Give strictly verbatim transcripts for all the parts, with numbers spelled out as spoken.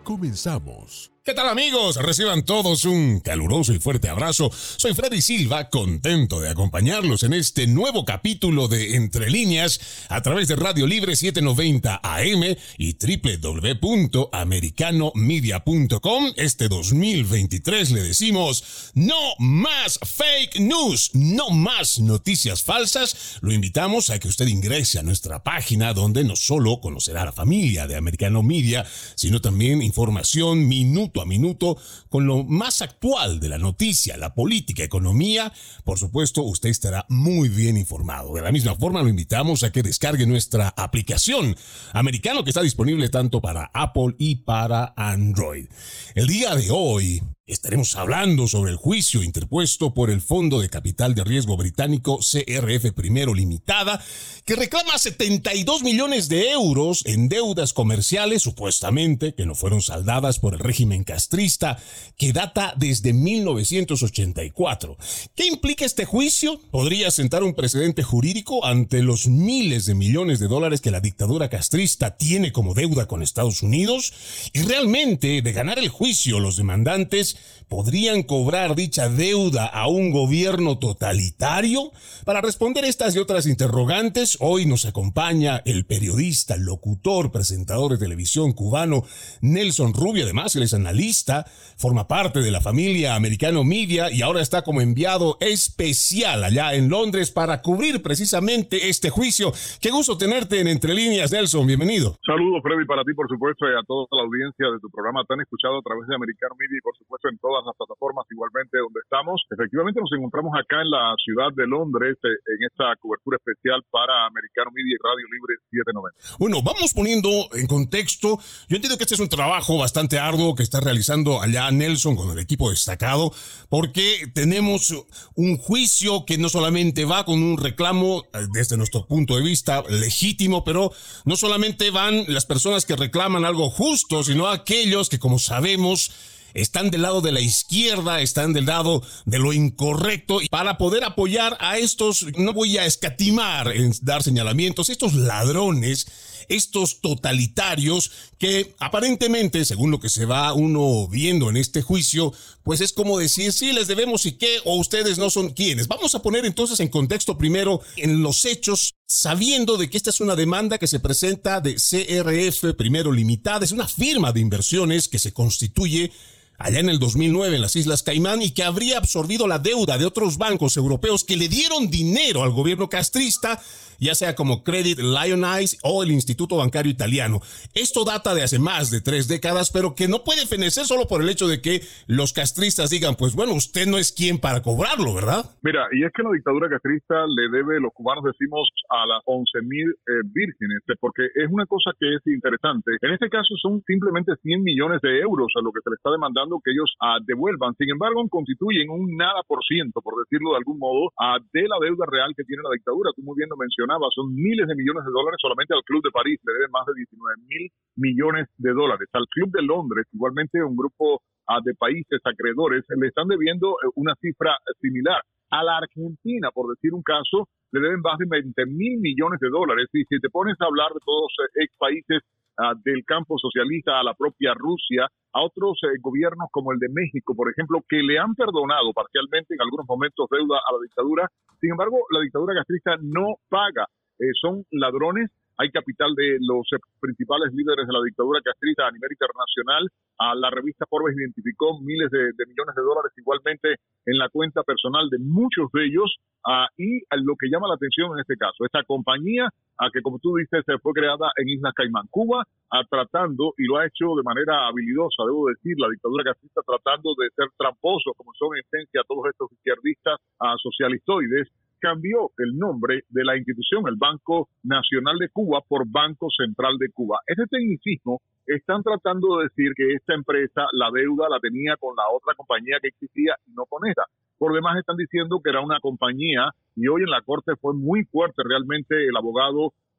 comenzamos. ¿Qué tal, amigos? Reciban todos un caluroso y fuerte abrazo. Soy Freddy Silva, contento de acompañarlos en este nuevo capítulo de Entre Líneas a través de Radio Libre setecientos noventa A M y doble u doble u doble u punto americano media punto com. Este dos mil veintitrés le decimos no más fake news, no más noticias falsas. Lo invitamos a que usted ingrese a nuestra página, donde no solo conocerá a la familia de Americano Media, sino también información minuto a minuto con lo más actual de la noticia, la política, economía. Por supuesto, usted estará muy bien informado. De la misma forma, lo invitamos a que descargue nuestra aplicación Americano, que está disponible tanto para Apple y para Android. El día de hoy estaremos hablando sobre el juicio interpuesto por el Fondo de Capital de Riesgo británico C R F Primero Limitada, que reclama setenta y dos millones de euros en deudas comerciales, supuestamente, que no fueron saldadas por el régimen castrista, que data desde mil novecientos ochenta y cuatro. ¿Qué implica este juicio? ¿Podría sentar un precedente jurídico ante los miles de millones de dólares que la dictadura castrista tiene como deuda con Estados Unidos? Y realmente, de ganar el juicio, los demandantes ¿podrían cobrar dicha deuda a un gobierno totalitario? Para responder estas y otras interrogantes, hoy nos acompaña el periodista, locutor, presentador de televisión cubano Nelson Rubio. Además, él es analista, forma parte de la familia Americano Media y ahora está como enviado especial allá en Londres para cubrir precisamente este juicio. Qué gusto tenerte en Entre Líneas, Nelson. Bienvenido. Saludos, Freddy, para ti, por supuesto, y a toda la audiencia de tu programa tan escuchado a través de Americano Media y, por supuesto, en todas las plataformas igualmente donde estamos. Efectivamente nos encontramos acá en la ciudad de Londres eh, en esta cobertura especial para Americano Media y Radio Libre setecientos noventa. Bueno, vamos poniendo en contexto. Yo entiendo que este es un trabajo bastante arduo que está realizando allá Nelson con el equipo destacado, porque tenemos un juicio que no solamente va con un reclamo desde nuestro punto de vista legítimo, pero no solamente van las personas que reclaman algo justo, sino aquellos que, como sabemos, están del lado de la izquierda, están del lado de lo incorrecto. Y para poder apoyar a estos, no voy a escatimar en dar señalamientos, estos ladrones, estos totalitarios que aparentemente, según lo que se va uno viendo en este juicio, pues es como decir, sí, les debemos y qué, o ustedes no son quienes. Vamos a poner entonces en contexto primero en los hechos, sabiendo de que esta es una demanda que se presenta de C R F Primero Limitada, es una firma de inversiones que se constituye allá en el dos mil nueve en las Islas Caimán y que habría absorbido la deuda de otros bancos europeos que le dieron dinero al gobierno castrista, ya sea como Credit Lyonnais o el Instituto Bancario Italiano. Esto data de hace más de tres décadas, pero que no puede fenecer solo por el hecho de que los castristas digan, pues bueno, usted no es quien para cobrarlo, ¿verdad? Mira, y es que la dictadura castrista le debe, los cubanos decimos, a las once mil eh, vírgenes, porque es una cosa que es interesante. En este caso son simplemente cien millones de euros a lo que se le está demandando que ellos uh, devuelvan. Sin embargo, constituyen un nada por ciento, por decirlo de algún modo, uh, de la deuda real que tiene la dictadura. Tú muy bien lo mencionabas, son miles de millones de dólares. Solamente al Club de París le deben más de diecinueve mil millones de dólares. Al Club de Londres, igualmente un grupo uh, de países acreedores, le están debiendo uh, una cifra similar. A la Argentina, por decir un caso, le deben más de veinte mil millones de dólares. Y si te pones a hablar de todos los uh, ex países Uh, del campo socialista, a la propia Rusia, a otros eh, gobiernos como el de México, por ejemplo, que le han perdonado parcialmente en algunos momentos deuda a la dictadura. Sin embargo, la dictadura castrista no paga. Eh, son ladrones. Hay capital de los eh, principales líderes de la dictadura castrista a nivel internacional. A la revista Forbes identificó miles de, de millones de dólares igualmente en la cuenta personal de muchos de ellos. Uh, y uh, lo que llama la atención en este caso, esta compañía uh, que, como tú dices, uh, fue creada en Islas Caimán, Cuba, uh, tratando, y lo ha hecho de manera habilidosa, debo decir, la dictadura castrista tratando de ser tramposo, como son en esencia todos estos izquierdistas uh, socialistoides, cambió el nombre de la institución, el Banco Nacional de Cuba, por Banco Central de Cuba. Ese tecnicismo están tratando de decir que esta empresa, la deuda la tenía con la otra compañía que existía y no con esta. Por demás están diciendo que era una compañía, y hoy en la corte fue muy fuerte realmente el abogado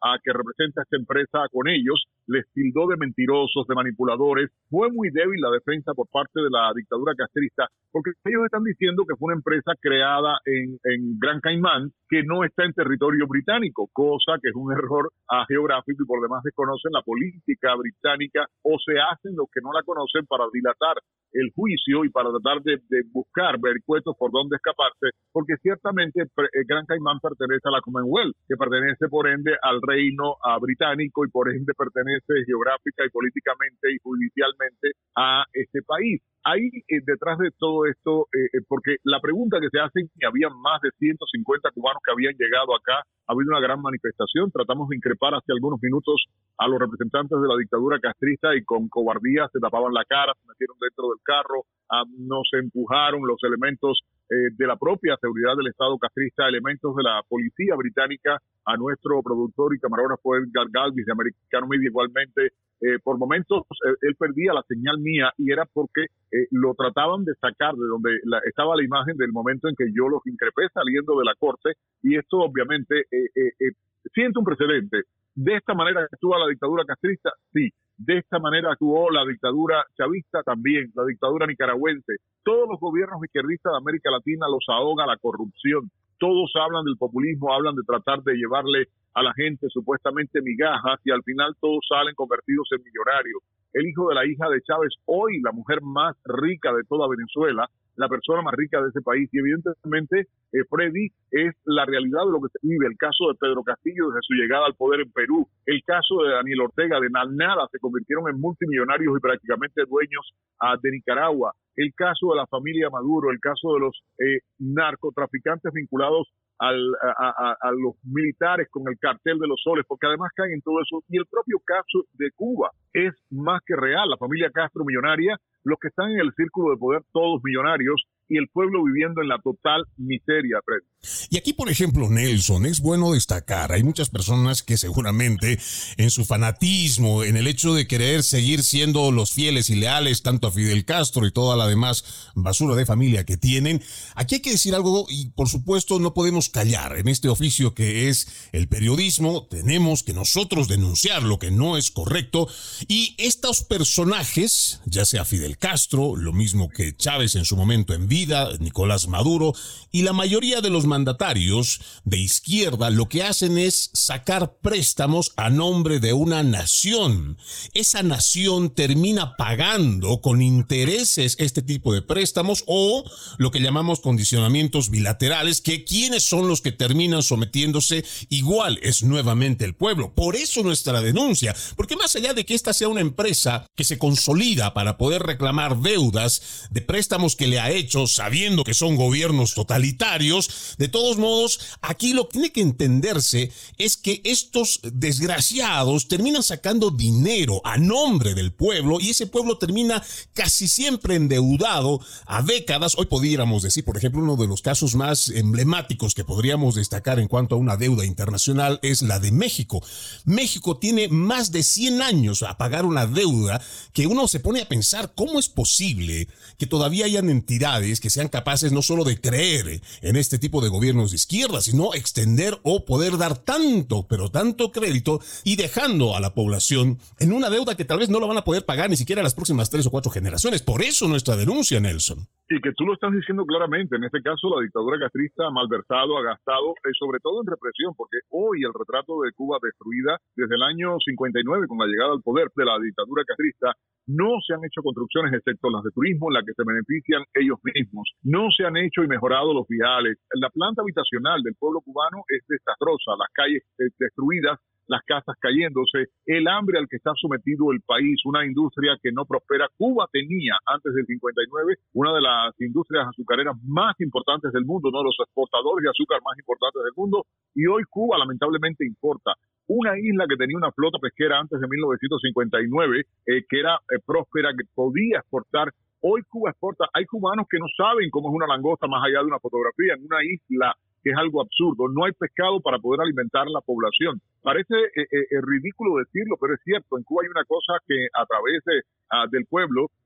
a que representa esta empresa con ellos, les tildó de mentirosos, de manipuladores. Fue muy débil la defensa por parte de la dictadura castrista, porque ellos están diciendo que fue una empresa creada en, en Gran Caimán, que no está en territorio británico, cosa que es un error uh, geográfico, y por demás desconocen la política británica, o se hacen los que no la conocen para dilatar el juicio y para tratar de, de buscar vericuetos por dónde escaparse, porque ciertamente eh, Gran Caimán pertenece a la Commonwealth, que pertenece por ende al reino uh, británico, y por ende pertenece geográfica y políticamente y judicialmente a este país. Ahí eh, detrás de todo esto, eh, porque la pregunta que se hace, y había más de ciento cincuenta cubanos que habían llegado acá, ha habido una gran manifestación, tratamos de increpar hace algunos minutos a los representantes de la dictadura castrista y con cobardía se tapaban la cara, se metieron dentro del carro, ah, nos empujaron los elementos eh, de la propia seguridad del Estado castrista, elementos de la policía británica, a nuestro productor y camarógrafo Edgar Galvis de Americano Media igualmente. Eh, por momentos eh, él perdía la señal mía y era porque eh, lo trataban de sacar de donde la, estaba la imagen del momento en que yo los increpé saliendo de la corte, y esto obviamente eh, eh, eh, siente un precedente. ¿De esta manera actúa la dictadura castrista? Sí. De esta manera actuó la dictadura chavista también, la dictadura nicaragüense. Todos los gobiernos izquierdistas de América Latina los ahoga la corrupción. Todos hablan del populismo, hablan de tratar de llevarle a la gente supuestamente migajas, y al final todos salen convertidos en millonarios. El hijo de la hija de Chávez, hoy la mujer más rica de toda Venezuela, la persona más rica de ese país, y evidentemente eh, Freddy, es la realidad de lo que se vive. El caso de Pedro Castillo desde su llegada al poder en Perú, el caso de Daniel Ortega, de nada se convirtieron en multimillonarios y prácticamente dueños uh, de Nicaragua, el caso de la familia Maduro, el caso de los eh, narcotraficantes vinculados al, a, a, a los militares con el cartel de los soles, porque además caen en todo eso, y el propio caso de Cuba es más que real. La familia Castro millonaria, los que están en el círculo de poder todos millonarios, y el pueblo viviendo en la total miseria, Fred. Y aquí, por ejemplo, Nelson, es bueno destacar, hay muchas personas que seguramente en su fanatismo, en el hecho de querer seguir siendo los fieles y leales tanto a Fidel Castro y toda la demás basura de familia que tienen, aquí hay que decir algo, y por supuesto no podemos callar. En este oficio que es el periodismo, tenemos que nosotros denunciar lo que no es correcto, y estos personajes, ya sea Fidel Castro, lo mismo que Chávez en su momento en vida, Nicolás Maduro y la mayoría de los mandatarios de izquierda, lo que hacen es sacar préstamos a nombre de una nación. Esa nación termina pagando con intereses este tipo de préstamos, o lo que llamamos condicionamientos bilaterales, que quienes son los que terminan sometiéndose igual es nuevamente el pueblo. Por eso nuestra denuncia, porque más allá de que esta sea una empresa que se consolida para poder reclamar deudas de préstamos que le ha hecho sabiendo que son gobiernos totalitarios, de todos modos, aquí lo que tiene que entenderse es que estos desgraciados terminan sacando dinero a nombre del pueblo, y ese pueblo termina casi siempre endeudado a décadas. Hoy podríamos decir, por ejemplo, uno de los casos más emblemáticos que podríamos destacar en cuanto a una deuda internacional es la de México. México tiene más de cien años a pagar una deuda que uno se pone a pensar cómo es posible que todavía hayan entidades que sean capaces no solo de creer en este tipo de gobiernos de izquierda, sino extender o poder dar tanto, pero tanto crédito, y dejando a la población en una deuda que tal vez no la van a poder pagar ni siquiera las próximas tres o cuatro generaciones. Por eso nuestra denuncia, Nelson. Y que tú lo estás diciendo claramente, en este caso la dictadura castrista ha malversado, ha gastado, eh, sobre todo en represión, porque hoy el retrato de Cuba destruida desde el año cincuenta y nueve con la llegada al poder de la dictadura castrista, no se han hecho construcciones excepto las de turismo en las que se benefician ellos mismos, no se han hecho y mejorado los viales, la planta habitacional del pueblo cubano es desastrosa, las calles eh, destruidas, las casas cayéndose, el hambre al que está sometido el país, una industria que no prospera. Cuba tenía antes del cincuenta y nueve una de las industrias azucareras más importantes del mundo, uno de los exportadores de azúcar más importantes del mundo, y hoy Cuba lamentablemente importa. Una isla que tenía una flota pesquera antes de mil novecientos cincuenta y nueve, eh, que era eh, próspera, que podía exportar. Hoy Cuba exporta. Hay cubanos que no saben cómo es una langosta más allá de una fotografía en una isla, que es algo absurdo. No hay pescado para poder alimentar a la población. Parece eh, eh, ridículo decirlo, pero es cierto. En Cuba hay una cosa que a través de, uh, del pueblo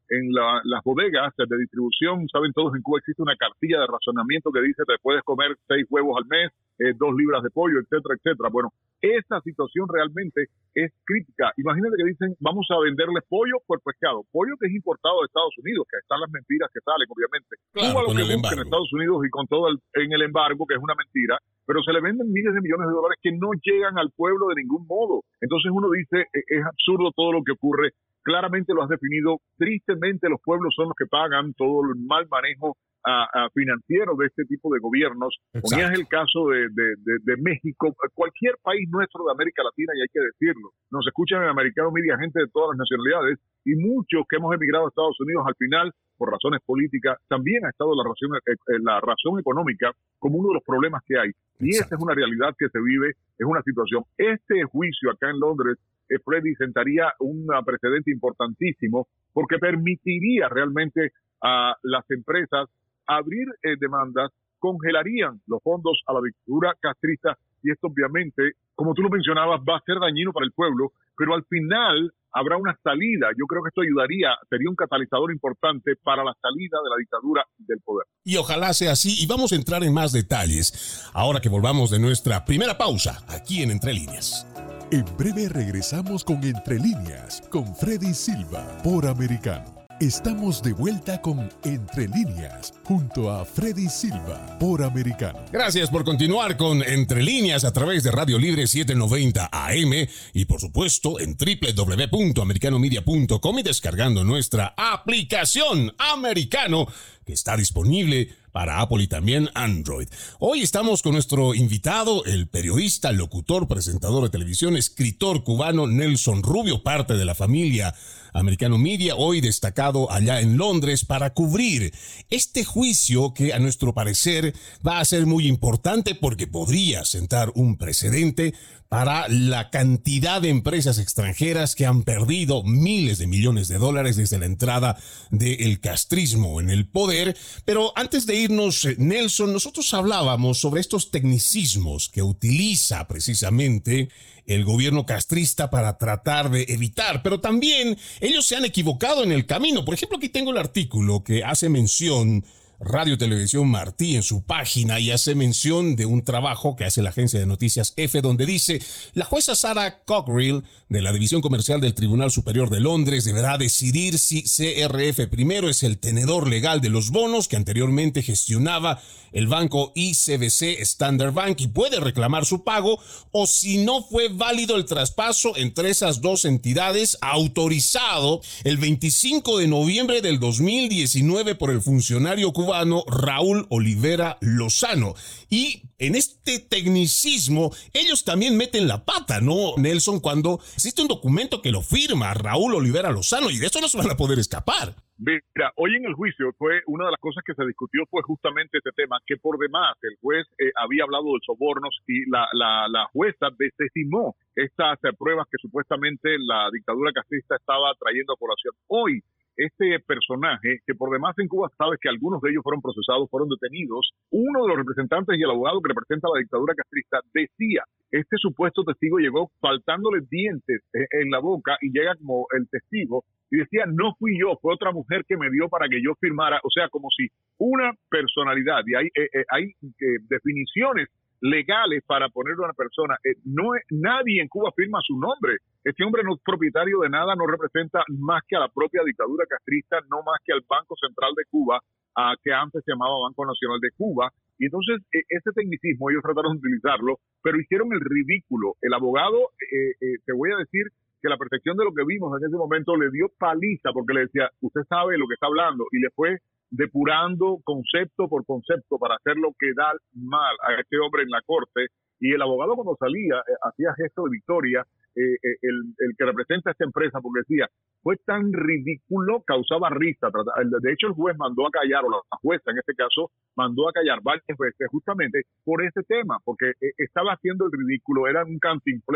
en la, las bodegas de distribución, saben todos, en Cuba existe una cartilla de racionamiento que dice te puedes comer seis huevos al mes, eh, dos libras de pollo, etcétera, etcétera. Bueno, esa situación realmente es crítica. Imagínate que dicen, vamos a venderles pollo por pescado. Pollo que es importado de Estados Unidos, que están las mentiras que salen, obviamente. Claro, Cuba lo con que el busca embargo. en Estados Unidos y con todo el, en el embargo, que es una mentira, pero se le venden miles de millones de dólares que no llegan al pueblo de ningún modo. Entonces uno dice, es absurdo todo lo que ocurre. Claramente lo has definido. Tristemente los pueblos son los que pagan todo el mal manejo a, a financiero de este tipo de gobiernos. Exacto. Ponías el caso de, de, de, de México, cualquier país nuestro de América Latina, y hay que decirlo. Nos escuchan en Americano Media gente de todas las nacionalidades, y muchos que hemos emigrado a Estados Unidos al final, por razones políticas, también ha estado la razón, eh, la razón económica como uno de los problemas que hay. Y esa es una realidad que se vive, es una situación. Este juicio acá en Londres, eh, Freddy, sentaría un precedente importantísimo porque permitiría realmente a las empresas abrir eh, demandas, congelarían los fondos a la dictadura castrista, y esto obviamente, como tú lo mencionabas, va a ser dañino para el pueblo, pero al final habrá una salida. Yo creo que esto ayudaría, sería un catalizador importante para la salida de la dictadura del poder. Y ojalá sea así, y vamos a entrar en más detalles ahora que volvamos de nuestra primera pausa aquí en Entre Líneas. En breve regresamos con Entre Líneas, con Freddy Silva, por Americano. Estamos de vuelta con Entre Líneas, junto a Freddy Silva, por Americano. Gracias por continuar con Entre Líneas a través de Radio Libre setecientos noventa A M y por supuesto en doble u doble u doble u punto americano media punto com y descargando nuestra aplicación Americano, que está disponible para Apple y también Android. Hoy estamos con nuestro invitado, el periodista, locutor, presentador de televisión, escritor cubano Nelson Rubio, parte de la familia Americano Media, hoy destacado allá en Londres para cubrir este juicio que a nuestro parecer va a ser muy importante porque podría sentar un precedente para la cantidad de empresas extranjeras que han perdido miles de millones de dólares desde la entrada del castrismo en el poder. Pero antes de irnos, Nelson, nosotros hablábamos sobre estos tecnicismos que utiliza precisamente el gobierno castrista para tratar de evitar, pero también ellos se han equivocado en el camino. Por ejemplo, aquí tengo el artículo que hace mención Radio Televisión Martí en su página y hace mención de un trabajo que hace la agencia de noticias F, donde dice: la jueza Sarah Cockerill de la División Comercial del Tribunal Superior de Londres deberá decidir si C R F primero es el tenedor legal de los bonos que anteriormente gestionaba el banco I C B C Standard Bank y puede reclamar su pago, o si no fue válido el traspaso entre esas dos entidades autorizado el veinticinco de noviembre del dos mil diecinueve por el funcionario cubano Raúl Olivera Lozano. Y en este tecnicismo ellos también meten la pata, ¿no, Nelson? Cuando existe un documento que lo firma Raúl Olivera Lozano, y de eso no se van a poder escapar. Mira, hoy en el juicio fue una de las cosas que se discutió fue justamente este tema, que por demás el juez eh, había hablado de sobornos y la, la, la jueza desestimó estas eh, pruebas que supuestamente la dictadura castrista estaba trayendo a colación. Hoy este personaje, que por demás en Cuba sabes que algunos de ellos fueron procesados, fueron detenidos, uno de los representantes y el abogado que representa a la dictadura castrista decía, este supuesto testigo llegó faltándole dientes en la boca y llega como el testigo y decía, no fui yo, fue otra mujer que me dio para que yo firmara, o sea, como si una personalidad, y hay, eh, eh, hay eh, definiciones legales para poner a una persona, eh, no es, nadie en Cuba firma su nombre. Este hombre no es propietario de nada, no representa más que a la propia dictadura castrista, no más que al Banco Central de Cuba, uh, que antes se llamaba Banco Nacional de Cuba. Y entonces eh, ese tecnicismo ellos trataron de utilizarlo, pero hicieron el ridículo. El abogado, eh, eh, te voy a decir que la percepción de lo que vimos en ese momento le dio paliza porque le decía, usted sabe lo que está hablando, y le fue depurando concepto por concepto para hacerlo quedar mal a este hombre en la corte. Y el abogado cuando salía eh, hacía gesto de victoria, eh, eh, el, el que representa a esta empresa, porque decía, fue tan ridículo, causaba risa. De hecho, el juez mandó a callar, o la jueza en este caso, mandó a callar varias veces justamente por ese tema, porque eh, estaba haciendo el ridículo, era un cantinfleo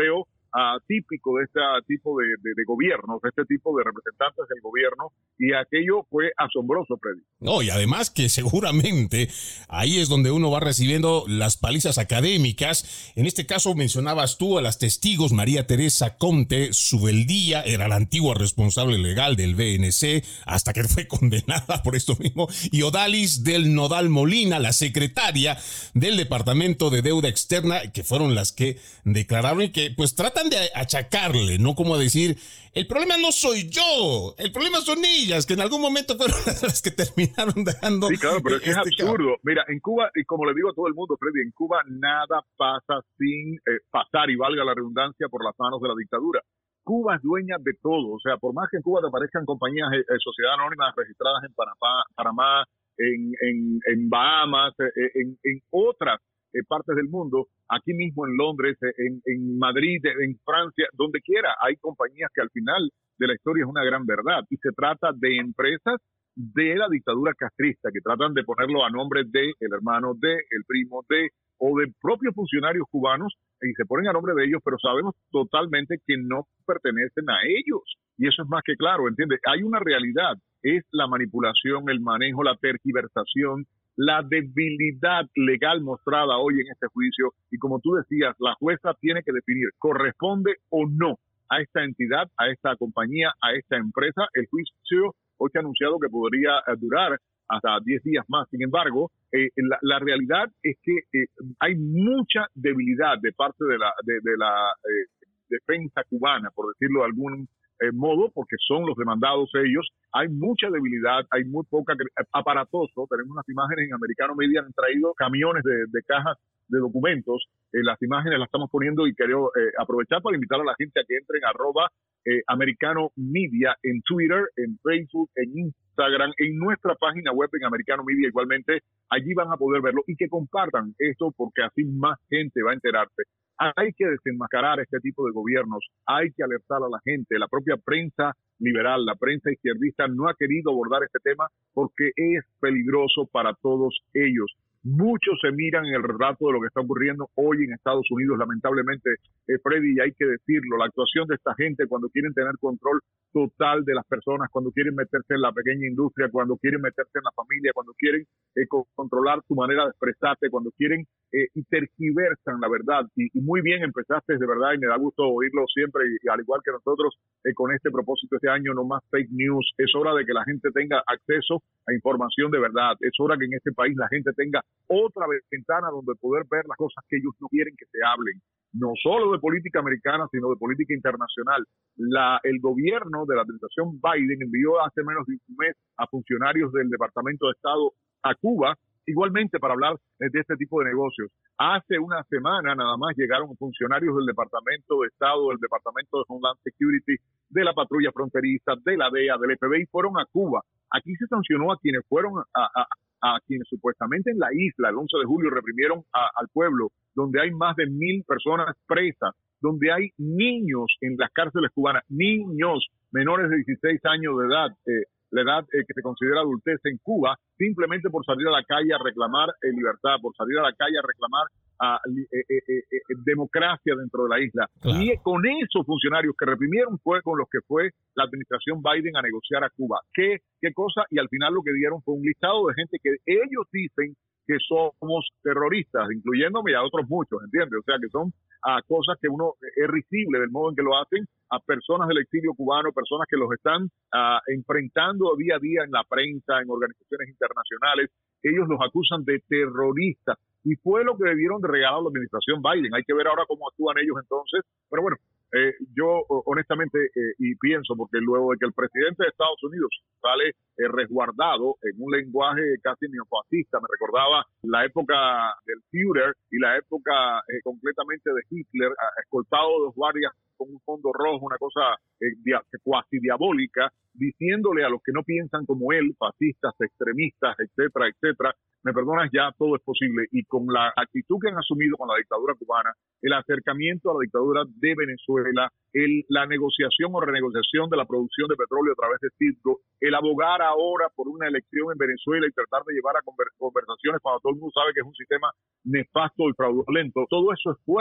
uh, típico de este tipo de, de, de gobiernos, de este tipo de representantes del gobierno, y aquello fue asombroso, Freddy. No, y además que seguramente ahí es donde uno va recibiendo las palizas académicas. En este caso mencionabas tú a las testigos María Teresa Conte Subeldía, era la antigua responsable legal del B N C, hasta que fue condenada por esto mismo, y Odalis del Nodal Molina, la secretaria del Departamento de Deuda Externa, que fueron las que declararon y que pues tratan de achacarle, ¿no? Como decir, el problema no soy yo, el problema son ellas, que en algún momento fueron las que terminaron dejando... Sí, claro, pero es que es este absurdo. Mira, en Cuba, y como le digo a todo el mundo, Freddy, en Cuba nada pasa sin eh, pasar, y valga la redundancia, por las manos de la dictadura. Cuba es dueña de todo, o sea, por más que en Cuba te aparezcan compañías, eh, sociedades anónimas registradas en Panamá, Panamá en, en, en Bahamas, eh, en, en otras eh, partes del mundo, aquí mismo en Londres, eh, en, en Madrid, en Francia, donde quiera, hay compañías que al final de la historia es una gran verdad, y se trata de empresas de la dictadura castrista, que tratan de ponerlo a nombre de el hermano de, el primo de, o de propios funcionarios cubanos, y se ponen a nombre de ellos, pero sabemos totalmente que no pertenecen a ellos. Y eso es más que claro, ¿entiendes? Hay una realidad, es la manipulación, el manejo, la tergiversación, la debilidad legal mostrada hoy en este juicio. Y como tú decías, la jueza tiene que definir, ¿corresponde o no a esta entidad, a esta compañía, a esta empresa? El juicio hoy se ha anunciado que podría eh, durar hasta diez días más. Sin embargo, eh, la, la realidad es que eh, hay mucha debilidad de parte de la, de, de la eh, defensa cubana, por decirlo de algún eh, modo, porque son los demandados ellos. Hay mucha debilidad, hay muy poca aparatoso. Tenemos unas imágenes en Americano Media, han traído camiones de, de cajas de documentos. Eh, las imágenes las estamos poniendo y quiero eh, aprovechar para invitar a la gente a que entren arroba eh, Americano Media en Twitter, en Facebook, en Instagram, en nuestra página web en Americano Media igualmente. Allí van a poder verlo y que compartan esto porque así más gente va a enterarse. Hay que desenmascarar este tipo de gobiernos, hay que alertar a la gente. La propia prensa liberal, la prensa izquierdista no ha querido abordar este tema porque es peligroso para todos ellos. Muchos se miran en el relato de lo que está ocurriendo hoy en Estados Unidos, lamentablemente, eh, Freddy, y hay que decirlo, la actuación de esta gente cuando quieren tener control total de las personas, cuando quieren meterse en la pequeña industria, cuando quieren meterse en la familia, cuando quieren eh, controlar tu manera de expresarte, cuando quieren eh, y tergiversan la verdad. Y, y muy bien empezaste, de verdad, y me da gusto oírlo siempre, y, y al igual que nosotros, eh, con este propósito este año, no más fake news. Es hora de que la gente tenga acceso a información de verdad. Es hora que en este país la gente tenga otra ventana donde poder ver las cosas que ellos no quieren que se hablen, no solo de política americana, sino de política internacional. La, el gobierno de la administración Biden envió hace menos de un mes a funcionarios del Departamento de Estado a Cuba, igualmente para hablar de este tipo de negocios. Hace una semana nada más llegaron funcionarios del Departamento de Estado, del Departamento de Homeland Security, de la Patrulla Fronteriza, de la D E A, del F B I, fueron a Cuba. Aquí se sancionó a quienes fueron a, a a quienes supuestamente en la isla el once de julio reprimieron a, al pueblo, donde hay más de mil personas presas, donde hay niños en las cárceles cubanas, niños menores de dieciséis años de edad, eh, la edad eh, que se considera adultez en Cuba, simplemente por salir a la calle a reclamar eh, libertad, por salir a la calle a reclamar a, eh, eh, eh, eh, democracia dentro de la isla. Claro. Y con esos funcionarios que reprimieron fue con los que fue la administración Biden a negociar a Cuba. ¿Qué, qué cosa? Y al final lo que dieron fue un listado de gente que ellos dicen que somos terroristas, incluyéndome y a otros muchos, ¿entiendes? O sea, que son a cosas que uno es risible del modo en que lo hacen, a personas del exilio cubano, personas que los están uh, enfrentando día a día en la prensa, en organizaciones internacionales. Ellos los acusan de terroristas y fue lo que debieron de regalar la administración Biden. Hay que ver ahora cómo actúan ellos entonces, pero bueno, eh, yo honestamente eh, y pienso, porque luego de que el presidente de Estados Unidos sale eh, resguardado en un lenguaje casi neofascista, me recordaba la época del Führer y la época eh, completamente de Hitler, escoltado de dos guardias con un fondo rojo, una cosa eh, dia, cuasi diabólica, diciéndole a los que no piensan como él, fascistas, extremistas, etcétera, etcétera, me perdonas, ya todo es posible. Y con la actitud que han asumido con la dictadura cubana, el acercamiento a la dictadura de Venezuela, el, la negociación o renegociación de la producción de petróleo a través de Citgo, el abogar ahora por una elección en Venezuela y tratar de llevar a conver, conversaciones cuando todo el mundo sabe que es un sistema nefasto y fraudulento, todo eso es fuerte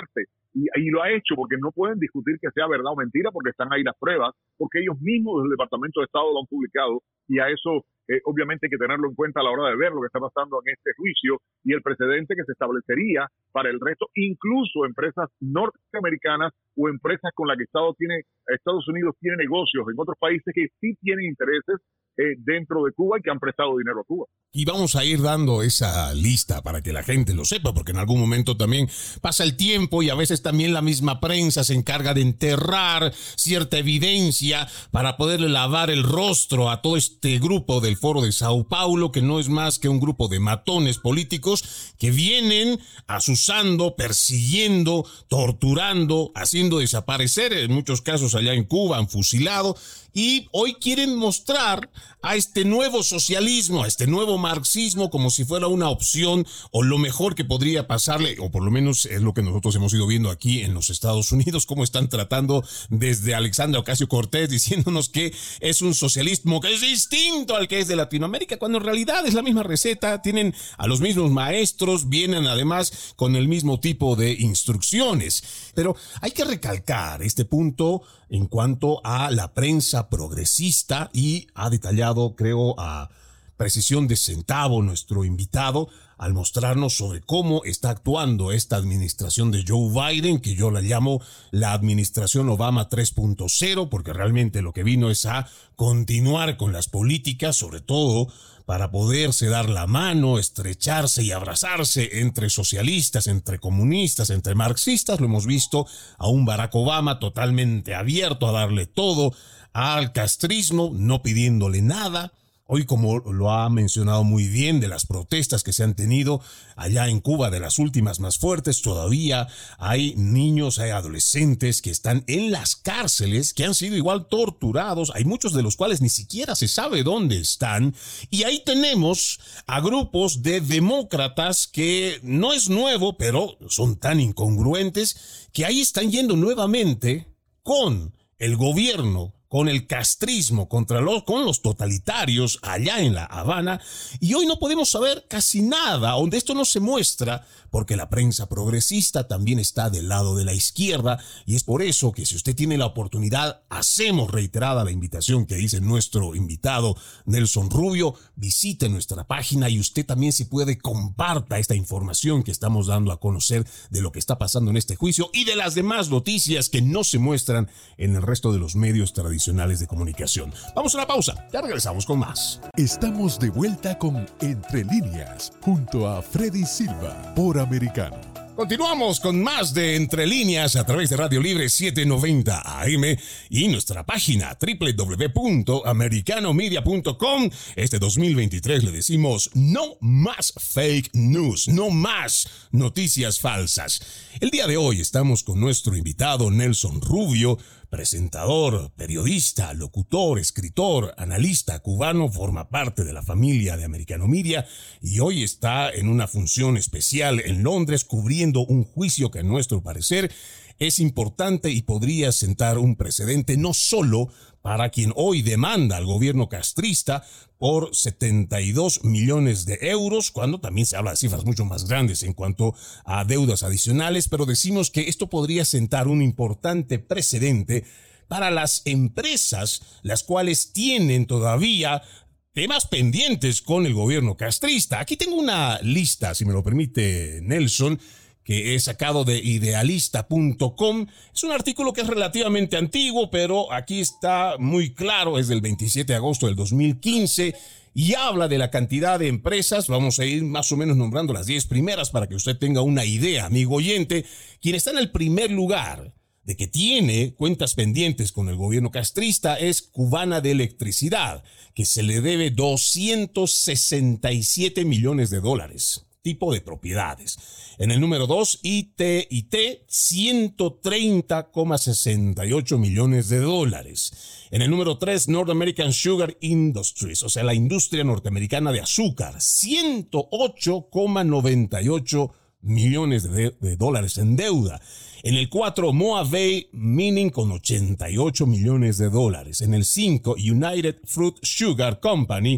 Y, y lo ha hecho porque no pueden discutir que sea verdad o mentira, porque están ahí las pruebas, porque ellos mismos del Departamento de Estado lo han publicado, y a eso eh, obviamente hay que tenerlo en cuenta a la hora de ver lo que está pasando en este juicio y el precedente que se establecería para el resto, incluso empresas norteamericanas o empresas con las que Estado tiene, Estados Unidos tiene negocios en otros países que sí tienen intereses eh, dentro de Cuba y que han prestado dinero a Cuba. Y vamos a ir dando esa lista para que la gente lo sepa, porque en algún momento también pasa el tiempo y a veces también la misma prensa se encarga de enterrar cierta evidencia para poderle lavar el rostro a todo este grupo del Foro de Sao Paulo, que no es más que un grupo de matones políticos que vienen asusando, persiguiendo, torturando, haciendo desaparecer, en muchos casos allá en Cuba han fusilado, y hoy quieren mostrar a este nuevo socialismo, a este nuevo marxismo como si fuera una opción o lo mejor que podría pasarle, o por lo menos es lo que nosotros hemos ido viendo aquí en los Estados Unidos, cómo están tratando desde Alexandria Ocasio-Cortez diciéndonos que es un socialismo que es distinto al que es de Latinoamérica, cuando en realidad es la misma receta, tienen a los mismos maestros, vienen además con el mismo tipo de instrucciones. Pero hay que recalcar este punto en cuanto a la prensa progresista, y ha detallado, creo, a precisión de centavo nuestro invitado al mostrarnos sobre cómo está actuando esta administración de Joe Biden, que yo la llamo la administración Obama tres punto cero, porque realmente lo que vino es a continuar con las políticas, sobre todo para poderse dar la mano, estrecharse y abrazarse entre socialistas, entre comunistas, entre marxistas. Lo hemos visto a un Barack Obama totalmente abierto a darle todo al castrismo, no pidiéndole nada. Hoy, como lo ha mencionado muy bien, de las protestas que se han tenido allá en Cuba, de las últimas más fuertes, todavía hay niños, hay adolescentes que están en las cárceles, que han sido igual torturados, hay muchos de los cuales ni siquiera se sabe dónde están, y ahí tenemos a grupos de demócratas que no es nuevo, pero son tan incongruentes, que ahí están yendo nuevamente con el gobierno, con el castrismo, contra los, con los totalitarios allá en La Habana, y hoy no podemos saber casi nada, donde esto no se muestra, porque la prensa progresista también está del lado de la izquierda, y es por eso que si usted tiene la oportunidad, hacemos reiterada la invitación que dice nuestro invitado Nelson Rubio, visite nuestra página y usted también, si puede, comparta esta información que estamos dando a conocer de lo que está pasando en este juicio y de las demás noticias que no se muestran en el resto de los medios tradicionales de comunicación. Vamos a una pausa, ya regresamos con más. Estamos de vuelta con Entre Líneas, junto a Freddy Silva, por Americano. Continuamos con más de Entre Líneas a través de Radio Libre setecientos noventa A M y nuestra página doble u doble u doble u punto americano media punto com. Este dos mil veintitrés le decimos no más fake news, no más noticias falsas. El día de hoy estamos con nuestro invitado Nelson Rubio, presentador, periodista, locutor, escritor, analista cubano, forma parte de la familia de Americano Media y hoy está en una función especial en Londres cubriendo un juicio que a nuestro parecer es importante y podría sentar un precedente no solo para quien hoy demanda al gobierno castrista por setenta y dos millones de euros, cuando también se habla de cifras mucho más grandes en cuanto a deudas adicionales, pero decimos que esto podría sentar un importante precedente para las empresas, las cuales tienen todavía temas pendientes con el gobierno castrista. Aquí tengo una lista, si me lo permite Nelson, que he sacado de idealista punto com. Es un artículo que es relativamente antiguo, pero aquí está muy claro, es del veintisiete de agosto del dos mil quince, y habla de la cantidad de empresas. Vamos a ir más o menos nombrando las diez primeras para que usted tenga una idea, amigo oyente. Quien está en el primer lugar de que tiene cuentas pendientes con el gobierno castrista es Cubana de Electricidad, que se le debe doscientos sesenta y siete millones de dólares. Tipo de propiedades. En el número dos, I T y T, ciento treinta coma sesenta y ocho millones de dólares. En el número tres, North American Sugar Industries, o sea, la industria norteamericana de azúcar, ciento ocho coma noventa y ocho millones de, de dólares en deuda. En el cuatro, Moa Bay Mining con ochenta y ocho millones de dólares. En el cinco, United Fruit Sugar Company,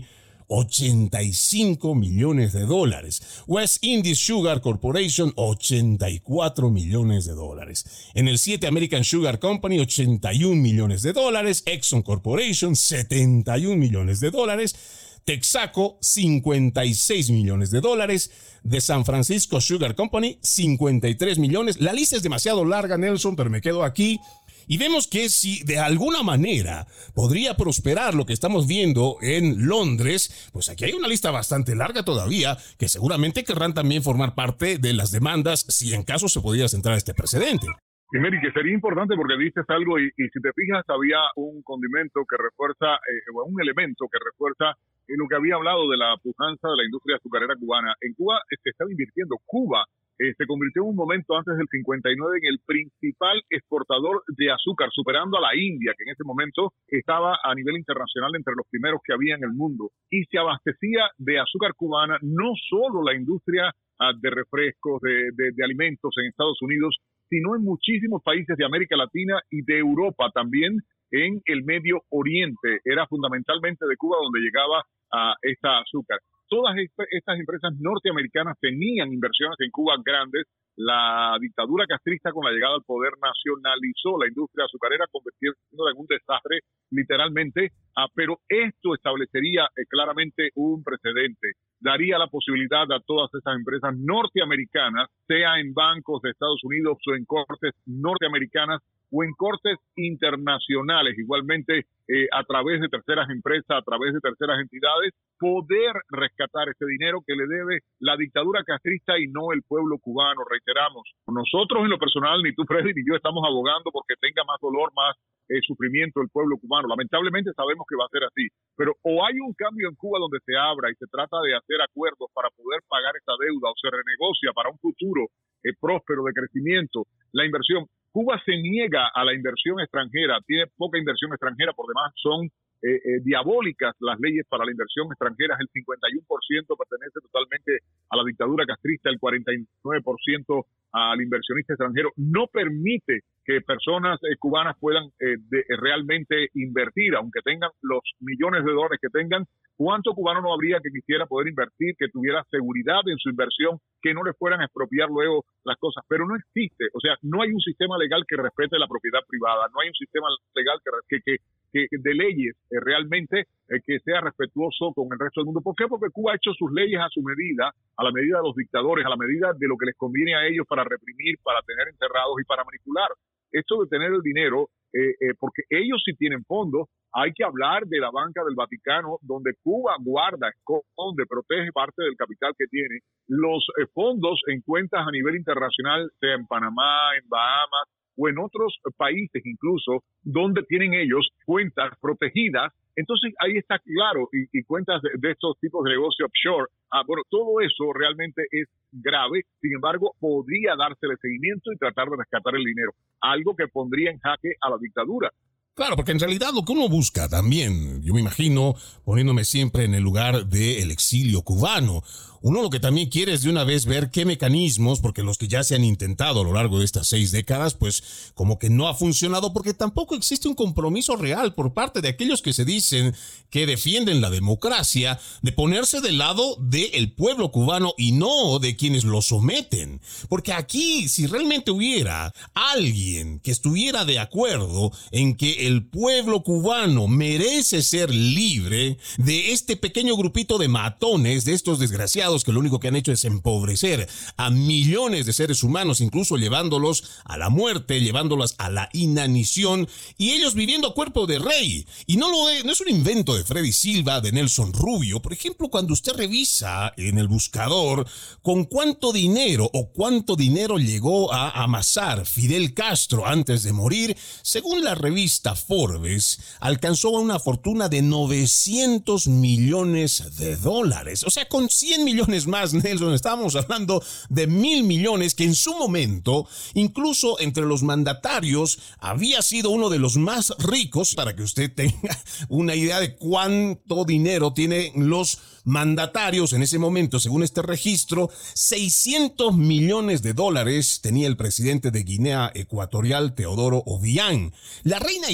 ochenta y cinco millones de dólares. West Indies Sugar Corporation, ochenta y cuatro millones de dólares. En el siete, American Sugar Company, ochenta y un millones de dólares. Exxon Corporation, setenta y un millones de dólares. Texaco, cincuenta y seis millones de dólares. De San Francisco Sugar Company, cincuenta y tres millones. La lista es demasiado larga, Nelson, pero me quedo aquí. Y vemos que si de alguna manera podría prosperar lo que estamos viendo en Londres, pues aquí hay una lista bastante larga todavía, que seguramente querrán también formar parte de las demandas si en caso se pudiera centrar este precedente. Y Mary, que sería importante porque dices algo y, y si te fijas había un condimento que refuerza, eh, un elemento que refuerza en lo que había hablado de la pujanza de la industria azucarera cubana. En Cuba se estaba invirtiendo. Cuba eh, se convirtió en un momento antes del cincuenta y nueve en el principal exportador de azúcar, superando a la India, que en ese momento estaba a nivel internacional entre los primeros que había en el mundo. Y se abastecía de azúcar cubana no solo la industria ah, de refrescos, de, de, de alimentos en Estados Unidos, sino en muchísimos países de América Latina y de Europa también, en el Medio Oriente. Era fundamentalmente de Cuba donde llegaba a uh, esta azúcar. Todas esta, estas empresas norteamericanas tenían inversiones en Cuba grandes. La dictadura castrista, con la llegada al poder, nacionalizó la industria azucarera, convirtiéndola en un desastre, literalmente, uh, pero esto establecería eh, claramente un precedente. Daría la posibilidad a todas esas empresas norteamericanas, sea en bancos de Estados Unidos o en cortes norteamericanas, o en cortes internacionales, igualmente eh, a través de terceras empresas, a través de terceras entidades, poder rescatar ese dinero que le debe la dictadura castrista y no el pueblo cubano. Reiteramos, nosotros en lo personal, ni tú, Freddy, ni yo estamos abogando porque tenga más dolor, más eh, sufrimiento el pueblo cubano. Lamentablemente sabemos que va a ser así, pero o hay un cambio en Cuba donde se abra y se trata de hacer acuerdos para poder pagar esta deuda, o se renegocia para un futuro eh, próspero de crecimiento, la inversión. Cuba se niega a la inversión extranjera, tiene poca inversión extranjera, por demás son eh, eh, diabólicas las leyes para la inversión extranjera. El cincuenta y uno por ciento pertenece totalmente a la dictadura castrista, el cuarenta y nueve por ciento al inversionista extranjero. No permite que personas eh, cubanas puedan eh, de, eh, realmente invertir, aunque tengan los millones de dólares que tengan. ¿Cuánto cubano no habría que quisiera poder invertir, que tuviera seguridad en su inversión, que no le fueran a expropiar luego las cosas? Pero no existe, o sea, no hay un sistema legal que respete la propiedad privada, no hay un sistema legal que, que, que, que de leyes eh, realmente eh, que sea respetuoso con el resto del mundo. ¿Por qué? Porque Cuba ha hecho sus leyes a su medida, a la medida de los dictadores, a la medida de lo que les conviene a ellos para reprimir, para tener encerrados y para manipular. Esto de tener el dinero, eh, eh, porque ellos sí tienen fondos. Hay que hablar de la banca del Vaticano, donde Cuba guarda, esconde, protege parte del capital que tiene. Los eh, fondos en cuentas a nivel internacional, sea en Panamá, en Bahamas o en otros países incluso, donde tienen ellos cuentas protegidas. Entonces ahí está claro, y, y cuentas de, de estos tipos de negocio offshore. Ah, bueno, todo eso realmente es grave. Sin embargo, podría dársele seguimiento y tratar de rescatar el dinero, algo que pondría en jaque a la dictadura. Claro, porque en realidad lo que uno busca también, yo me imagino, poniéndome siempre en el lugar del exilio cubano, uno lo que también quiere es de una vez ver qué mecanismos, porque los que ya se han intentado a lo largo de estas seis décadas, pues como que no ha funcionado, porque tampoco existe un compromiso real por parte de aquellos que se dicen que defienden la democracia, de ponerse del lado del pueblo cubano y no de quienes lo someten. Porque aquí, si realmente hubiera alguien que estuviera de acuerdo en que el pueblo cubano merece ser libre de este pequeño grupito de matones, de estos desgraciados, que lo único que han hecho es empobrecer a millones de seres humanos, incluso llevándolos a la muerte, llevándolos a la inanición, y ellos viviendo a cuerpo de rey. Y no lo es, no es un invento de Freddy Silva, de Nelson Rubio. Por ejemplo, cuando usted revisa en el buscador con cuánto dinero o cuánto dinero llegó a amasar Fidel Castro antes de morir, según la revista Forbes, alcanzó una fortuna de novecientos millones de dólares. O sea, con cien millones más, Nelson, estábamos hablando de mil millones, que en su momento, incluso entre los mandatarios, había sido uno de los más ricos, para que usted tenga una idea de cuánto dinero tienen los mandatarios en ese momento. Según este registro, seiscientos millones de dólares tenía el presidente de Guinea Ecuatorial, Teodoro Obiang. La reina Isabel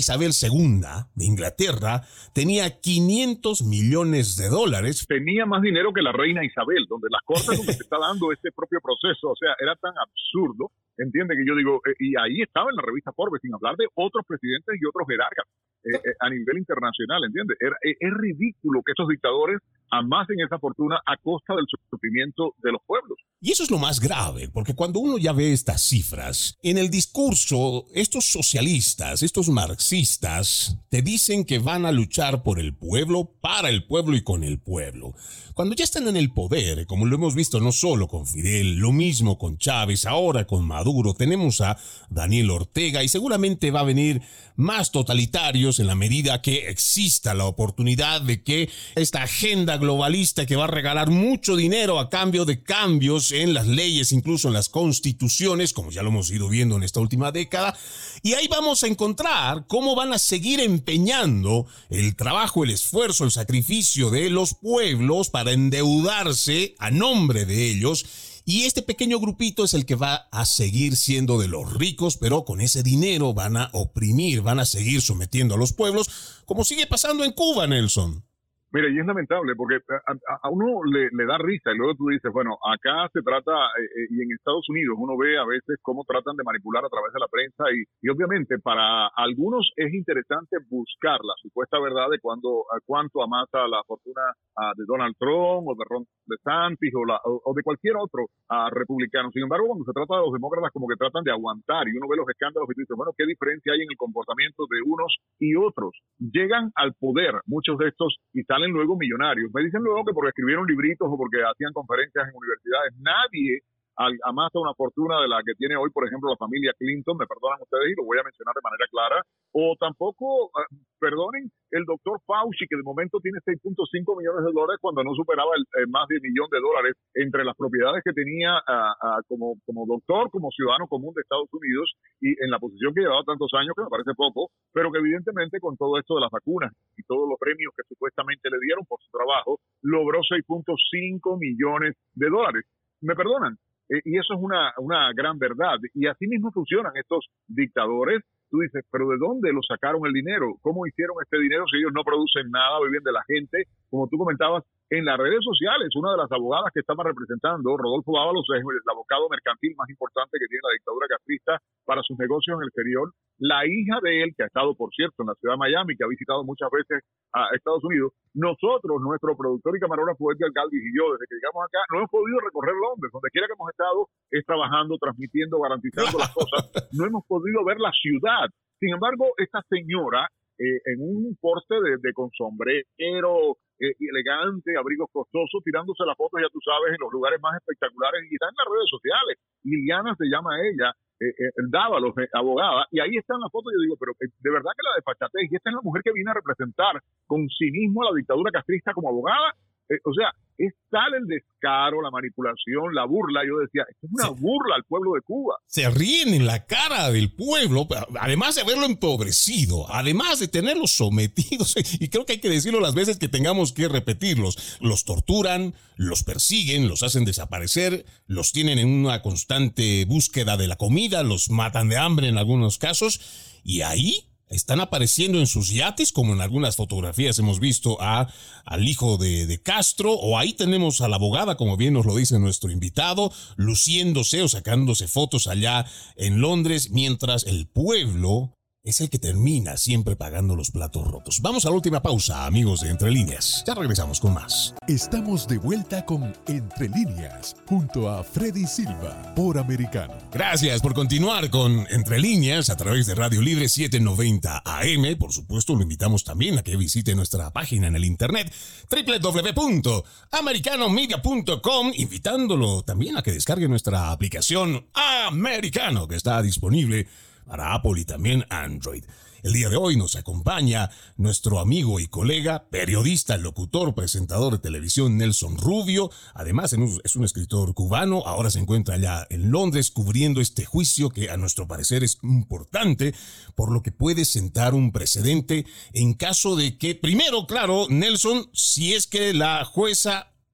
Isabel segunda de Inglaterra tenía quinientos millones de dólares. Tenía más dinero que la reina Isabel, donde las cortes donde se está dando este propio proceso. O sea, era tan absurdo, entiende que yo digo, eh, y ahí estaba en la revista Forbes, sin hablar de otros presidentes y otros jerarcas eh, eh, a nivel internacional, ¿entiende? Era, eh, es ridículo que estos dictadores amasen esa fortuna a costa del sufrimiento de los pueblos. Y eso es lo más grave, porque cuando uno ya ve estas cifras, en el discurso, estos socialistas, estos marxistas, te dicen que van a luchar por el pueblo, para el pueblo y con el pueblo. Cuando ya están en el poder, como lo hemos visto no solo con Fidel, lo mismo con Chávez, ahora con Maduro, tenemos a Daniel Ortega y seguramente va a venir más totalitarios en la medida que exista la oportunidad de que esta agenda globalista que va a regalar mucho dinero a cambio de cambios en las leyes, incluso en las constituciones, como ya lo hemos ido viendo en esta última década, y ahí vamos a encontrar cómo van a seguir empeñando el trabajo, el esfuerzo, el sacrificio de los pueblos para endeudarse a nombre de ellos. Y este pequeño grupito es el que va a seguir siendo de los ricos, pero con ese dinero van a oprimir, van a seguir sometiendo a los pueblos, como sigue pasando en Cuba, Nelson. Mira, y es lamentable porque a, a uno le, le da risa y luego tú dices, bueno, acá se trata, eh, y en Estados Unidos uno ve a veces cómo tratan de manipular a través de la prensa y, y obviamente para algunos es interesante buscar la supuesta verdad de cuando, a cuánto amasa la fortuna a, de Donald Trump o de Ron DeSantis o, la, o, o de cualquier otro a, republicano. Sin embargo, cuando se trata de los demócratas como que tratan de aguantar y uno ve los escándalos y tú dices, bueno, ¿qué diferencia hay en el comportamiento de unos y otros? Llegan al poder muchos de estos y salen luego millonarios. Me dicen luego que porque escribieron libritos o porque hacían conferencias en universidades. Nadie amasa una fortuna de la que tiene hoy, por ejemplo, la familia Clinton, me perdonan ustedes y lo voy a mencionar de manera clara, o tampoco, uh, perdonen, el doctor Fauci, que de momento tiene seis punto cinco millones de dólares cuando no superaba el, el más de un millón de dólares entre las propiedades que tenía uh, uh, como, como doctor, como ciudadano común de Estados Unidos y en la posición que llevaba tantos años, que me parece poco, pero que evidentemente con todo esto de las vacunas y todos los premios que supuestamente le dieron por su trabajo, logró seis punto cinco millones de dólares. ¿Me perdonan? Eh, y eso es una, una gran verdad. Y así mismo funcionan estos dictadores. Tú dices, ¿pero de dónde lo sacaron el dinero? ¿Cómo hicieron este dinero si ellos no producen nada, viven de la gente? Como tú comentabas, en las redes sociales, una de las abogadas que estaba representando, Rodolfo Ábalos, es el abogado mercantil más importante que tiene la dictadura castrista para sus negocios en el exterior. La hija de él, que ha estado, por cierto, en la ciudad de Miami, que ha visitado muchas veces a Estados Unidos, nosotros, nuestro productor y camarógrafo Edgar Galvis y yo, desde que llegamos acá, no hemos podido recorrer Londres. Donde quiera que hemos estado, es trabajando, transmitiendo, garantizando las cosas. No hemos podido ver la ciudad. Sin embargo, esta señora, eh, en un porte de, de con sombrero, eh, elegante, abrigos costosos, tirándose las fotos, ya tú sabes, en los lugares más espectaculares, y está en las redes sociales. Liliana se llama ella, eh, eh, Dávalos, eh, abogada, y ahí están las fotos. Yo digo, pero eh, de verdad que la desfachatez, y esta es la mujer que viene a representar con cinismo a la dictadura castrista como abogada. Eh, o sea, es tal el descaro, la manipulación, la burla. Yo decía, esto es una sí. burla al pueblo de Cuba. Se ríen en la cara del pueblo, además de haberlo empobrecido, además de tenerlos sometidos, y creo que hay que decirlo las veces que tengamos que repetirlos. Los torturan, los persiguen, los hacen desaparecer, los tienen en una constante búsqueda de la comida, los matan de hambre en algunos casos, y ahí están apareciendo en sus yates, como en algunas fotografías hemos visto a, al hijo de, de Castro, o ahí tenemos a la abogada, como bien nos lo dice nuestro invitado, luciéndose o sacándose fotos allá en Londres, mientras el pueblo es el que termina siempre pagando los platos rotos. Vamos a la última pausa, amigos de Entre Líneas. Ya regresamos con más. Estamos de vuelta con Entre Líneas, junto a Freddy Silva, por Americano. Gracias por continuar con Entre Líneas a través de Radio Libre setecientos noventa A M. Por supuesto, lo invitamos también a que visite nuestra página en el internet, doble u doble u doble u punto americano media punto com, invitándolo también a que descargue nuestra aplicación Americano, que está disponible para Apple y también Android. El día de hoy nos acompaña nuestro amigo y colega, periodista, locutor, presentador de televisión Nelson Rubio. Además es un escritor cubano, ahora se encuentra allá en Londres cubriendo este juicio que a nuestro parecer es importante, por lo que puede sentar un precedente en caso de que, primero, claro, Nelson, si es que la jueza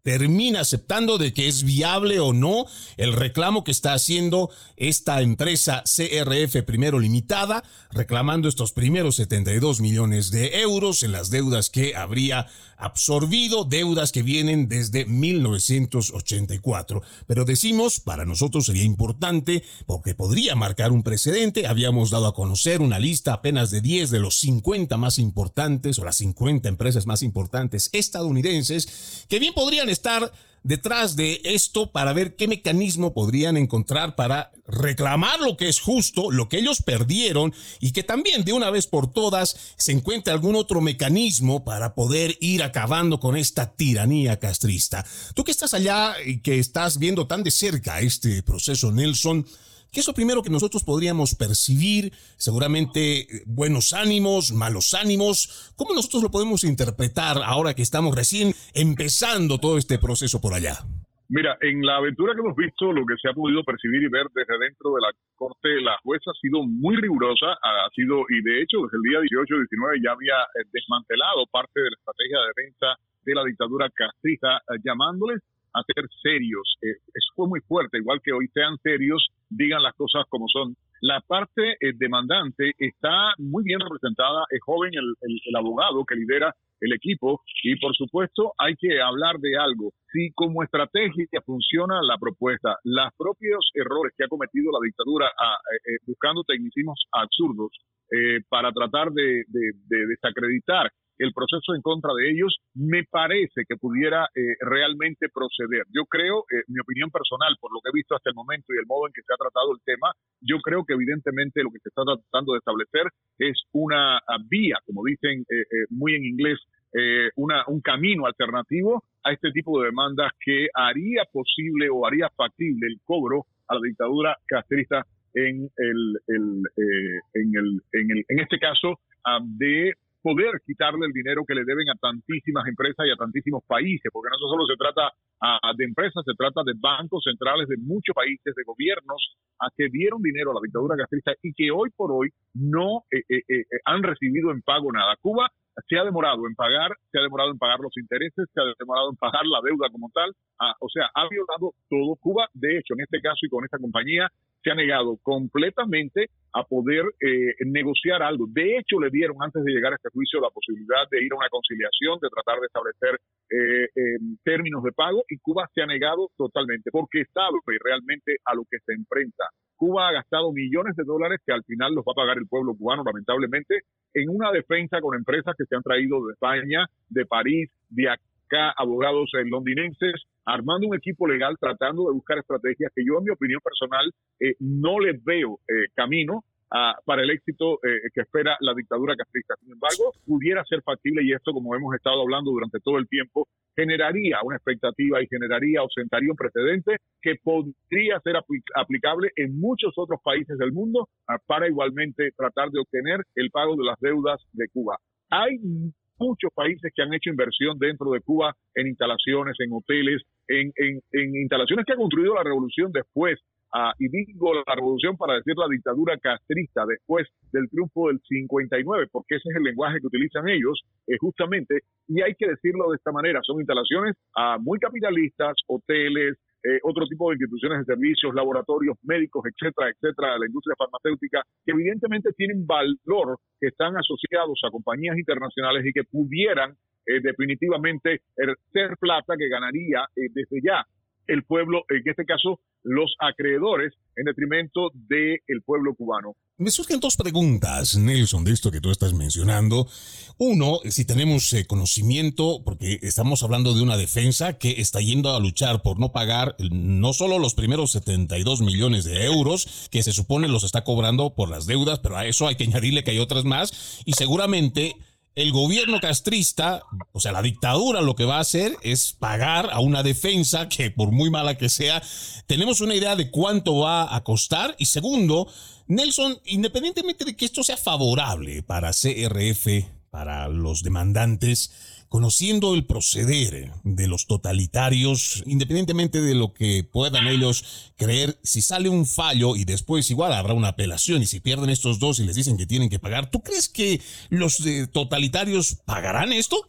termina aceptando de que es viable o no el reclamo que está haciendo esta empresa C R F Primero Limitada, reclamando estos primeros setenta y dos millones de euros en las deudas que habría absorbido, deudas que vienen desde mil novecientos ochenta y cuatro. Pero decimos, para nosotros sería importante porque podría marcar un precedente. Habíamos dado a conocer una lista apenas de diez de los cincuenta más importantes o las cincuenta empresas más importantes estadounidenses que bien podrían estar detrás de esto para ver qué mecanismo podrían encontrar para reclamar lo que es justo, lo que ellos perdieron, y que también de una vez por todas se encuentre algún otro mecanismo para poder ir acabando con esta tiranía castrista. Tú que estás allá y que estás viendo tan de cerca este proceso, Nelson, ¿qué es lo primero que nosotros podríamos percibir? Seguramente buenos ánimos, malos ánimos. ¿Cómo nosotros lo podemos interpretar ahora que estamos recién empezando todo este proceso por allá? Mira, en la aventura que hemos visto, lo que se ha podido percibir y ver desde dentro de la corte, la jueza ha sido muy rigurosa, ha sido, y de hecho desde el día dieciocho diecinueve ya había desmantelado parte de la estrategia de defensa de la dictadura castrista, llamándoles a ser serios. Eh, eso fue muy fuerte, igual que hoy sean serios, digan las cosas como son. La parte eh, demandante está muy bien representada, es joven el, el, el abogado que lidera el equipo, y por supuesto hay que hablar de algo. Si como estrategia funciona la propuesta, los propios errores que ha cometido la dictadura a, eh, buscando tecnicismos absurdos eh, para tratar de, de, de desacreditar el proceso en contra de ellos, me parece que pudiera eh, realmente proceder. Yo creo, eh, mi opinión personal, por lo que he visto hasta el momento y el modo en que se ha tratado el tema, yo creo que evidentemente lo que se está tratando de establecer es una uh, vía, como dicen eh, eh, muy en inglés, eh, una, un camino alternativo a este tipo de demandas que haría posible o haría factible el cobro a la dictadura castrista en el, el, eh, en, el, en, el, en este caso uh, de poder quitarle el dinero que le deben a tantísimas empresas y a tantísimos países, porque no solo se trata a, de empresas, se trata de bancos centrales de muchos países, de gobiernos a que dieron dinero a la dictadura castrista y que hoy por hoy no eh, eh, eh, han recibido en pago nada. Cuba se ha demorado en pagar, se ha demorado en pagar los intereses, se ha demorado en pagar la deuda como tal, ah, o sea, ha violado todo. Cuba, de hecho, en este caso y con esta compañía, se ha negado completamente a poder eh, negociar algo. De hecho, le dieron antes de llegar a este juicio la posibilidad de ir a una conciliación, de tratar de establecer eh, eh, términos de pago, y Cuba se ha negado totalmente porque sabe realmente a lo que se enfrenta. Cuba ha gastado millones de dólares que al final los va a pagar el pueblo cubano, lamentablemente, en una defensa con empresas que se han traído de España, de París, de acá, abogados eh, londinenses, armando un equipo legal, tratando de buscar estrategias que yo, en mi opinión personal, eh, no les veo eh, camino a, para el éxito eh, que espera la dictadura castrista. Sin embargo, pudiera ser factible, y esto, como hemos estado hablando durante todo el tiempo, generaría una expectativa y generaría o sentaría un precedente que podría ser apl- aplicable en muchos otros países del mundo uh, para igualmente tratar de obtener el pago de las deudas de Cuba. Hay muchos países que han hecho inversión dentro de Cuba en instalaciones, en hoteles, en, en, en instalaciones que ha construido la revolución después, uh, y digo la revolución para decir la dictadura castrista después del triunfo del cincuenta y nueve, porque ese es el lenguaje que utilizan ellos, eh, justamente, y hay que decirlo de esta manera, son instalaciones uh, muy capitalistas, hoteles, Eh, otro tipo de instituciones de servicios, laboratorios médicos, etcétera, etcétera, la industria farmacéutica, que evidentemente tienen valor, que están asociados a compañías internacionales y que pudieran eh, definitivamente eh, ser plata que ganaría eh, desde ya el pueblo, en este caso los acreedores, en detrimento del pueblo cubano. Me surgen dos preguntas, Nelson, de esto que tú estás mencionando. Uno, si tenemos eh, conocimiento, porque estamos hablando de una defensa que está yendo a luchar por no pagar no solo los primeros setenta y dos millones de euros, que se supone los está cobrando por las deudas, pero a eso hay que añadirle que hay otras más, y seguramente el gobierno castrista, o sea, la dictadura, lo que va a hacer es pagar a una defensa que, por muy mala que sea, tenemos una idea de cuánto va a costar. Y segundo, Nelson, independientemente de que esto sea favorable para C R F, para los demandantes, conociendo el proceder de los totalitarios, independientemente de lo que puedan ellos creer, si sale un fallo y después igual habrá una apelación, y si pierden estos dos y les dicen que tienen que pagar, ¿tú crees que los eh, totalitarios pagarán esto?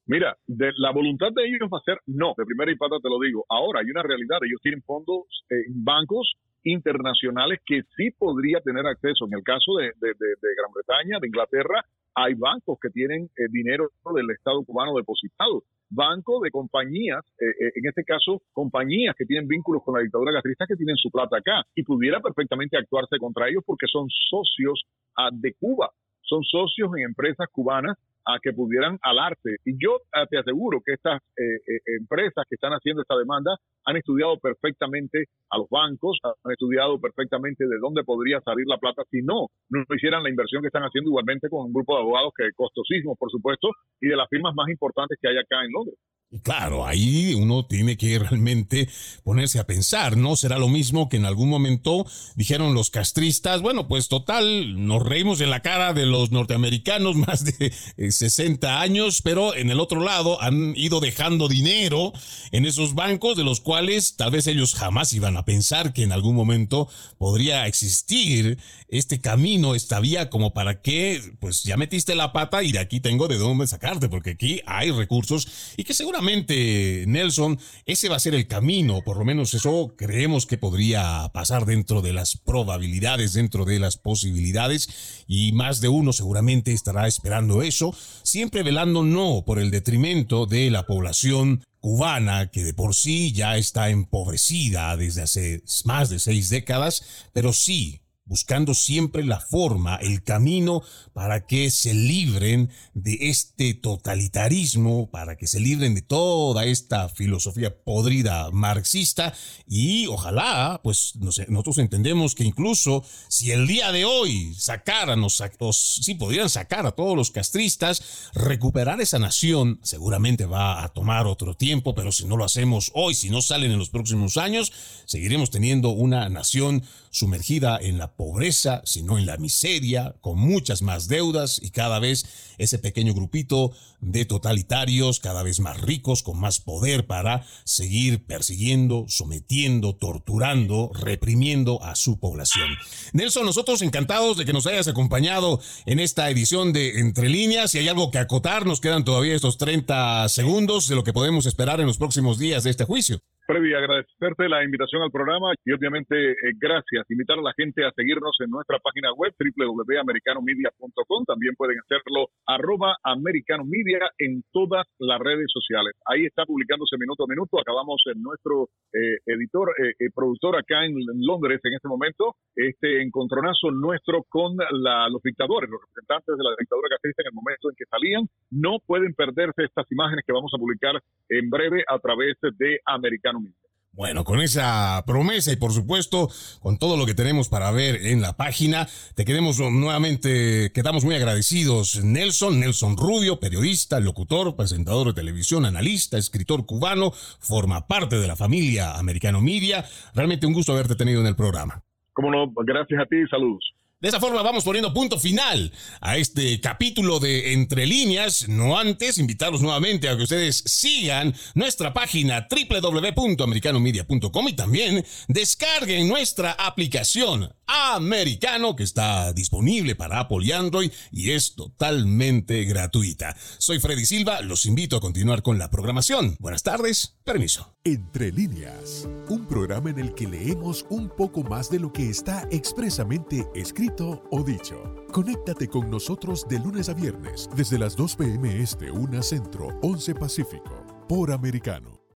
Mira, de la voluntad de ellos va a ser no, de primera y pata te lo digo. Ahora hay una realidad, ellos tienen fondos en eh, bancos internacionales que sí podría tener acceso. En el caso de, de, de, de Gran Bretaña, de Inglaterra, hay bancos que tienen eh, dinero del Estado cubano depositado. Bancos de compañías, eh, eh, en este caso, compañías que tienen vínculos con la dictadura castrista que tienen su plata acá y pudiera perfectamente actuarse contra ellos porque son socios ah, de Cuba, son socios en empresas cubanas a que pudieran alarse. Y yo uh, te aseguro que estas eh, eh, empresas que están haciendo esta demanda han estudiado perfectamente a los bancos, han estudiado perfectamente de dónde podría salir la plata si no, no hicieran la inversión que están haciendo igualmente con un grupo de abogados que es costosísimo, por supuesto, y de las firmas más importantes que hay acá en Londres. Y claro, ahí uno tiene que realmente ponerse a pensar, ¿no? Será lo mismo que en algún momento dijeron los castristas, bueno, pues total, nos reímos en la cara de los norteamericanos más de sesenta años, pero en el otro lado han ido dejando dinero en esos bancos de los cuales tal vez ellos jamás iban a pensar que en algún momento podría existir este camino, esta vía, como para que, pues ya metiste la pata y de aquí tengo de dónde sacarte, porque aquí hay recursos y que seguramente Nelson, ese va a ser el camino, por lo menos eso creemos que podría pasar dentro de las probabilidades, dentro de las posibilidades, y más de uno seguramente estará esperando eso, siempre velando no por el detrimento de la población cubana, que de por sí ya está empobrecida desde hace más de seis décadas, pero sí buscando siempre la forma, el camino para que se libren de este totalitarismo, para que se libren de toda esta filosofía podrida marxista y ojalá, pues no sé, nosotros entendemos que incluso si el día de hoy sacaran o, o si podrían sacar a todos los castristas, recuperar esa nación seguramente va a tomar otro tiempo, pero si no lo hacemos hoy, si no salen en los próximos años, seguiremos teniendo una nación sumergida en la pobreza, sino en la miseria, con muchas más deudas y cada vez ese pequeño grupito de totalitarios cada vez más ricos, con más poder para seguir persiguiendo, sometiendo, torturando, reprimiendo a su población. Nelson, nosotros encantados de que nos hayas acompañado en esta edición de Entre Líneas. Si hay algo que acotar, nos quedan todavía estos treinta segundos de lo que podemos esperar en los próximos días de este juicio. Freddy, agradecerte la invitación al programa y obviamente eh, gracias. Invitar a la gente a seguirnos en nuestra página web doble u doble u doble u punto americano media punto com. También pueden hacerlo arroba americano media en todas las redes sociales. Ahí está publicándose minuto a minuto. Acabamos en nuestro eh, editor, eh, eh, productor acá en Londres en este momento, este encontronazo nuestro con la, los dictadores, los representantes de la dictadura castrista en el momento en que salían. No pueden perderse estas imágenes que vamos a publicar en breve a través de Americano. Bueno, con esa promesa y por supuesto con todo lo que tenemos para ver en la página, te queremos nuevamente, quedamos muy agradecidos. Nelson, Nelson Rubio, periodista, locutor, presentador de televisión, analista, escritor cubano, forma parte de la familia Americano Media. Realmente un gusto haberte tenido en el programa. Cómo no, gracias a ti y saludos. De esa forma vamos poniendo punto final a este capítulo de Entre Líneas, no antes invitarlos nuevamente a que ustedes sigan nuestra página doble u doble u doble u punto americano media punto com y también descarguen nuestra aplicación Americano, que está disponible para Apple y Android y es totalmente gratuita. Soy Freddy Silva, los invito a continuar con la programación. Buenas tardes, permiso. Entre Líneas, un programa en el que leemos un poco más de lo que está expresamente escrito o dicho. Conéctate con nosotros de lunes a viernes desde las dos p m este, una centro, once pacífico, por Americano.